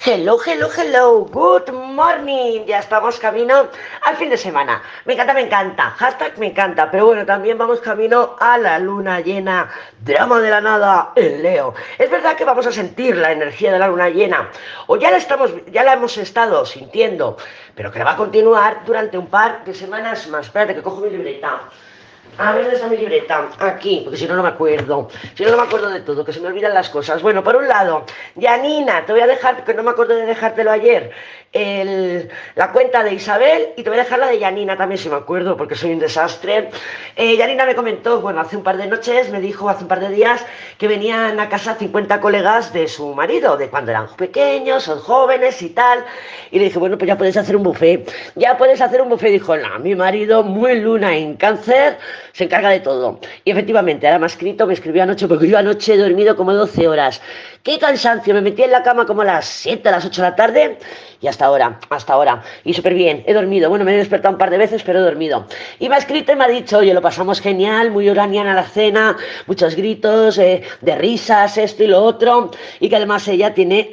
Hello, hello, hello, good morning. Ya estamos camino al fin de semana. Me encanta. Hashtag me encanta. Pero bueno, también vamos camino a la luna llena. Drama de la nada en Leo. Es verdad que vamos a sentir la energía de la luna llena. O ya la hemos estado sintiendo. Pero que va a continuar durante un par de semanas más. Espérate que cojo mi libreta. A ver, ¿dónde está mi libreta? Aquí, porque si no, no me acuerdo. Si no, no me acuerdo de todo, que se me olvidan las cosas. Bueno, por un lado, Janina, te voy a dejar, que no me acuerdo de dejártelo ayer, la cuenta de Isabel y te voy a dejar la de Janina también, si me acuerdo, porque soy un desastre. Janina me comentó, bueno, hace un par de noches, me dijo hace un par de días, que venían a casa 50 colegas de su marido, de cuando eran pequeños, son jóvenes y tal. Y le dije, bueno, pues ya puedes hacer un buffet. Ya puedes hacer un buffet. Dijo, no, mi marido, muy luna en cáncer, se encarga de todo. Y efectivamente, ahora me escribió anoche, porque yo anoche he dormido como 12 horas. ¡Qué cansancio! Me metí en la cama como a las 7, a las 8 de la tarde y hasta ahora, hasta ahora. Y súper bien, he dormido. Bueno, me he despertado un par de veces, pero he dormido. Y me ha escrito y me ha dicho, oye, lo pasamos genial, muy uraniana la cena, muchos gritos, de risas, esto y lo otro. Y que además ella tiene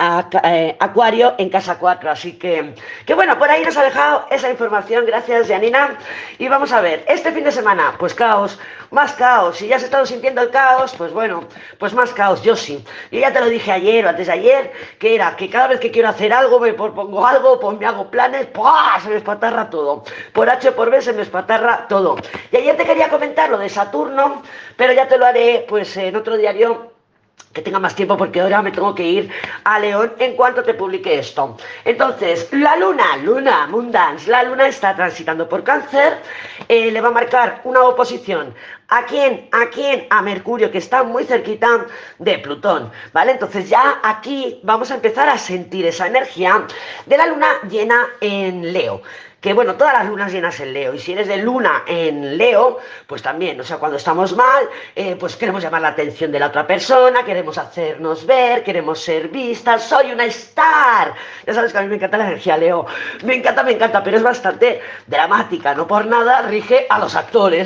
Acuario en casa 4. Así que bueno, por ahí nos ha dejado esa información. Gracias, Janina. Y vamos a ver, este fin de semana, pues caos, más caos. Si ya has estado sintiendo el caos, pues bueno, pues más caos. Yo sí. Yo ya te lo dije ayer o antes de ayer, que era que cada vez que quiero hacer algo, me propongo algo, pues me hago planes, ¡pua! Se me espatarra todo. Por H o por B se me espatarra todo. Y ayer te quería comentar lo de Saturno, pero ya te lo haré pues en otro diario que tenga más tiempo, porque ahora me tengo que ir a León en cuanto te publique esto. Entonces, la luna, Moondance, la luna está transitando por Cáncer, le va a marcar una oposición. ¿A quién? ¿A quién? A Mercurio, que está muy cerquita de Plutón, ¿vale? Entonces ya aquí vamos a empezar a sentir esa energía de la luna llena en Leo. Que bueno, todas las lunas llenas en Leo, y si eres de luna en Leo, pues también, o sea, cuando estamos mal, pues queremos llamar la atención de la otra persona, queremos hacernos ver, queremos ser vistas, soy una star. Ya sabes que a mí me encanta la energía Leo, me encanta, pero es bastante dramática, no por nada rige a los actores,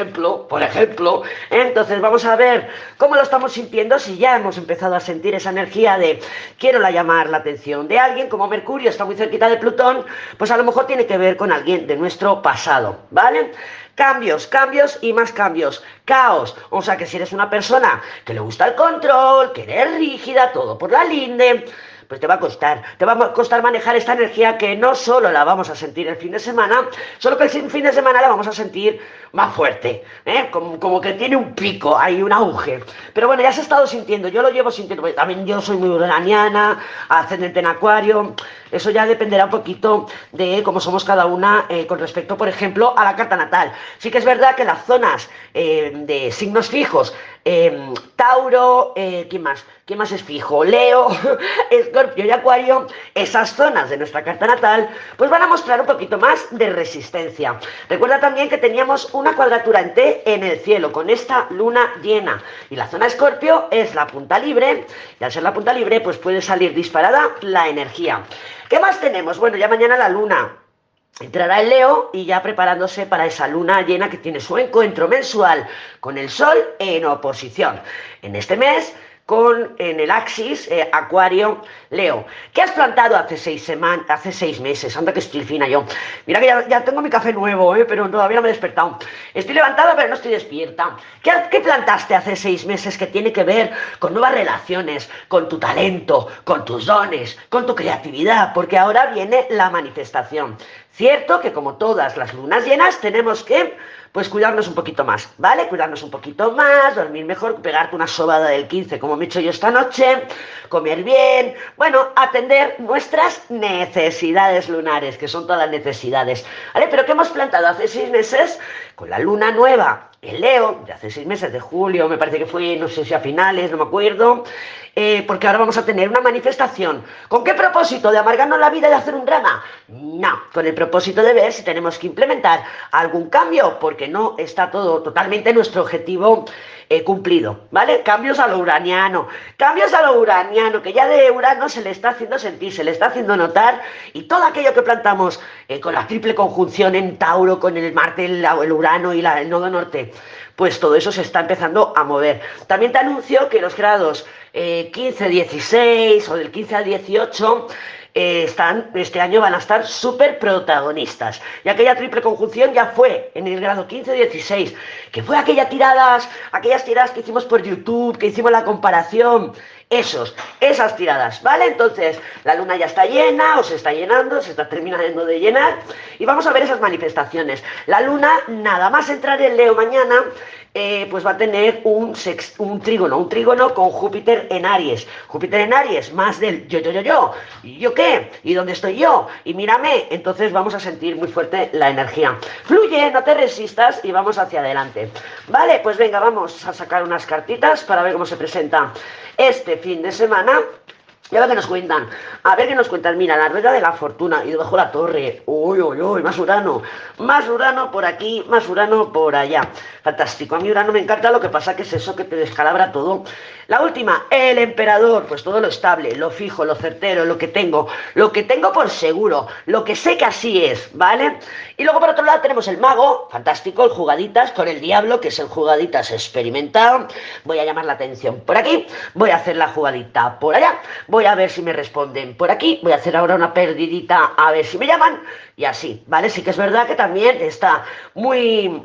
por ejemplo. Entonces vamos a ver cómo lo estamos sintiendo, si ya hemos empezado a sentir esa energía de quiero llamar la atención de alguien. Como Mercurio está muy cerquita de Plutón, pues a lo mejor tiene que ver con alguien de nuestro pasado, ¿vale? Cambios, cambios y más cambios. Caos, o sea que si eres una persona que le gusta el control, que eres rígida, todo por la linde, pues te va a costar manejar esta energía, que no solo la vamos a sentir el fin de semana, solo que el fin de semana la vamos a sentir más fuerte, como que tiene un pico, hay un auge. Pero bueno, ya se ha estado sintiendo, yo lo llevo sintiendo, porque también yo soy muy uraniana, ascendente en Acuario. Eso ya dependerá un poquito de cómo somos cada una, con respecto, por ejemplo, a la carta natal. Sí que es verdad que las zonas de signos fijos, Tauro, ¿quién más? ¿Quién más es fijo? Leo, Escorpio y Acuario, esas zonas de nuestra carta natal, pues van a mostrar un poquito más de resistencia. Recuerda también que teníamos una cuadratura en T en el cielo con esta luna llena, y la zona Escorpio es la punta libre, y al ser la punta libre, pues puede salir disparada la energía. ¿Qué más tenemos? Bueno, ya mañana la luna entrará en Leo, y ya preparándose para esa luna llena que tiene su encuentro mensual con el Sol en oposición. En este mes, en el axis Acuario-Leo. ¿Qué has plantado hace 6 meses? Anda que estoy fina yo. Mira que ya tengo mi café nuevo, pero todavía no me he despertado. Estoy levantada, pero no estoy despierta. ¿Qué plantaste hace 6 meses que tiene que ver con nuevas relaciones, con tu talento, con tus dones, con tu creatividad? Porque ahora viene la manifestación. Cierto que, como todas las lunas llenas, tenemos que pues cuidarnos un poquito más, ¿vale? Cuidarnos un poquito más, dormir mejor, pegarte una sobada del 15 como me he hecho yo esta noche, comer bien, bueno, atender nuestras necesidades lunares, que son todas las necesidades, ¿vale? Pero ¿qué hemos plantado hace 6 meses? Con la luna nueva en Leo, de hace 6 meses, de julio, me parece que fue, no sé si a finales, no me acuerdo, porque ahora vamos a tener una manifestación. ¿Con qué propósito? ¿De amargarnos la vida y de hacer un drama? No, con el propósito de ver si tenemos que implementar algún cambio, porque no está todo totalmente nuestro objetivo cumplido, ¿vale? Cambios a lo uraniano, que ya de Urano se le está haciendo sentir, se le está haciendo notar, y todo aquello que plantamos con la triple conjunción en Tauro, con el Marte, el Urano y el nodo norte, pues todo eso se está empezando a mover. También te anuncio que los grados 15-16 o del 15 al 18 este año van a estar súper protagonistas. Y aquella triple conjunción ya fue en el grado 15-16, que fue aquellas tiradas que hicimos por YouTube, que hicimos la comparación. Esas tiradas, ¿vale? Entonces, la luna ya está llena, o se está llenando, se está terminando de llenar, y vamos a ver esas manifestaciones. La luna, nada más entrar en Leo mañana, pues va a tener un trígono con Júpiter en Aries. Júpiter en Aries, más del yo. ¿Y yo qué? ¿Y dónde estoy yo? Y mírame. Entonces vamos a sentir muy fuerte la energía. Fluye, no te resistas y vamos hacia adelante. Vale, pues venga, vamos a sacar unas cartitas para ver cómo se presenta este fin de semana. Y a ver qué nos cuentan. A ver qué nos cuentan. Mira, la rueda de la fortuna y debajo la torre. Uy, uy, uy, más Urano. Más Urano por aquí, más Urano por allá. Fantástico. A mí Urano me encanta, lo que pasa que es eso que te descalabra todo. La última, el emperador. Pues todo lo estable, lo fijo, lo certero, lo que tengo por seguro, lo que sé que así es, ¿vale? Y luego por otro lado tenemos el mago, fantástico, el jugaditas con el diablo, que es el jugaditas experimentado. Voy a llamar la atención por aquí, voy a hacer la jugadita por allá, voy a ver si me responden por aquí, voy a hacer ahora una perdidita a ver si me llaman, y así, ¿vale? Sí que es verdad que también está muy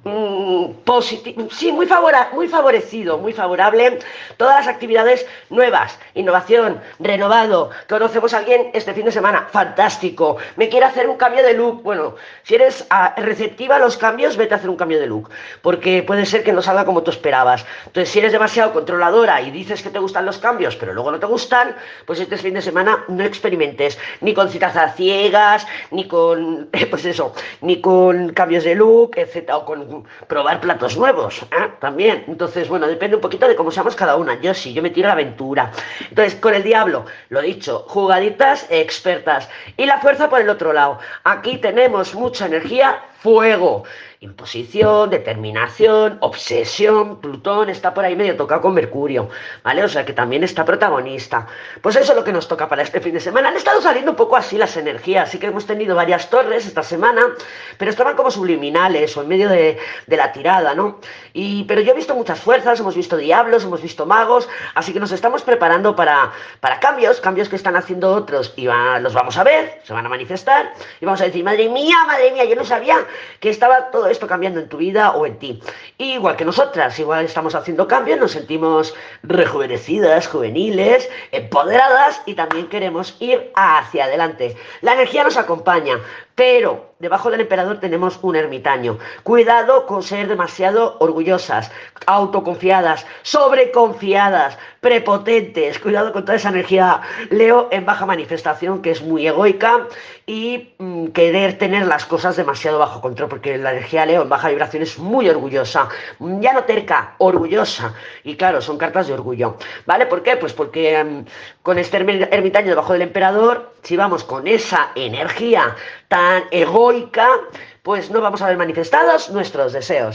positivo, sí, muy favorecido, muy favorable. Todas las actividades nuevas, innovación, renovado. Conocemos a alguien este fin de semana, fantástico. Me quiere hacer un cambio de look. Bueno, si eres receptiva a los cambios, vete a hacer un cambio de look, porque puede ser que no salga como tú esperabas. Entonces, si eres demasiado controladora y dices que te gustan los cambios, pero luego no te gustan, pues este fin de semana no experimentes, ni con citas a ciegas, ni con, pues eso, ni con cambios de look, etcétera, o con probar platos nuevos, también. Entonces, bueno, depende un poquito de cómo seamos cada una. Yo sí, yo me tiro a la aventura. Entonces, con el diablo, lo dicho, jugaditas expertas. Y la fuerza por el otro lado. Aquí tenemos mucha energía, fuego. Imposición, determinación, obsesión. Plutón está por ahí medio tocado con Mercurio, ¿vale? O sea que también está protagonista. Pues eso es lo que nos toca para este fin de semana. Han estado saliendo un poco así las energías. Sí que hemos tenido varias torres esta semana, pero estaban como subliminales o en medio de la tirada, ¿no? Pero yo he visto muchas fuerzas, hemos visto diablos, hemos visto magos, así que nos estamos preparando para cambios que están haciendo otros, y los vamos a ver, se van a manifestar, y vamos a decir, madre mía, yo no sabía que estaba todo esto cambiando en tu vida o en ti. Igual que nosotras, igual estamos haciendo cambios, nos sentimos rejuvenecidas, juveniles, empoderadas, y también queremos ir hacia adelante. La energía nos acompaña, pero debajo del emperador tenemos un ermitaño. Cuidado con ser demasiado orgullosas, autoconfiadas, sobreconfiadas, prepotentes. Cuidado con toda esa energía Leo en baja manifestación, que es muy egoica, y querer tener las cosas demasiado bajo control, porque la energía Leo en baja vibración es muy orgullosa, ya no terca, orgullosa. Y claro, son cartas de orgullo, ¿vale? ¿Por qué? Pues porque con este ermitaño debajo del emperador, si vamos con esa energía tan egoica, pues no vamos a ver manifestados nuestros deseos.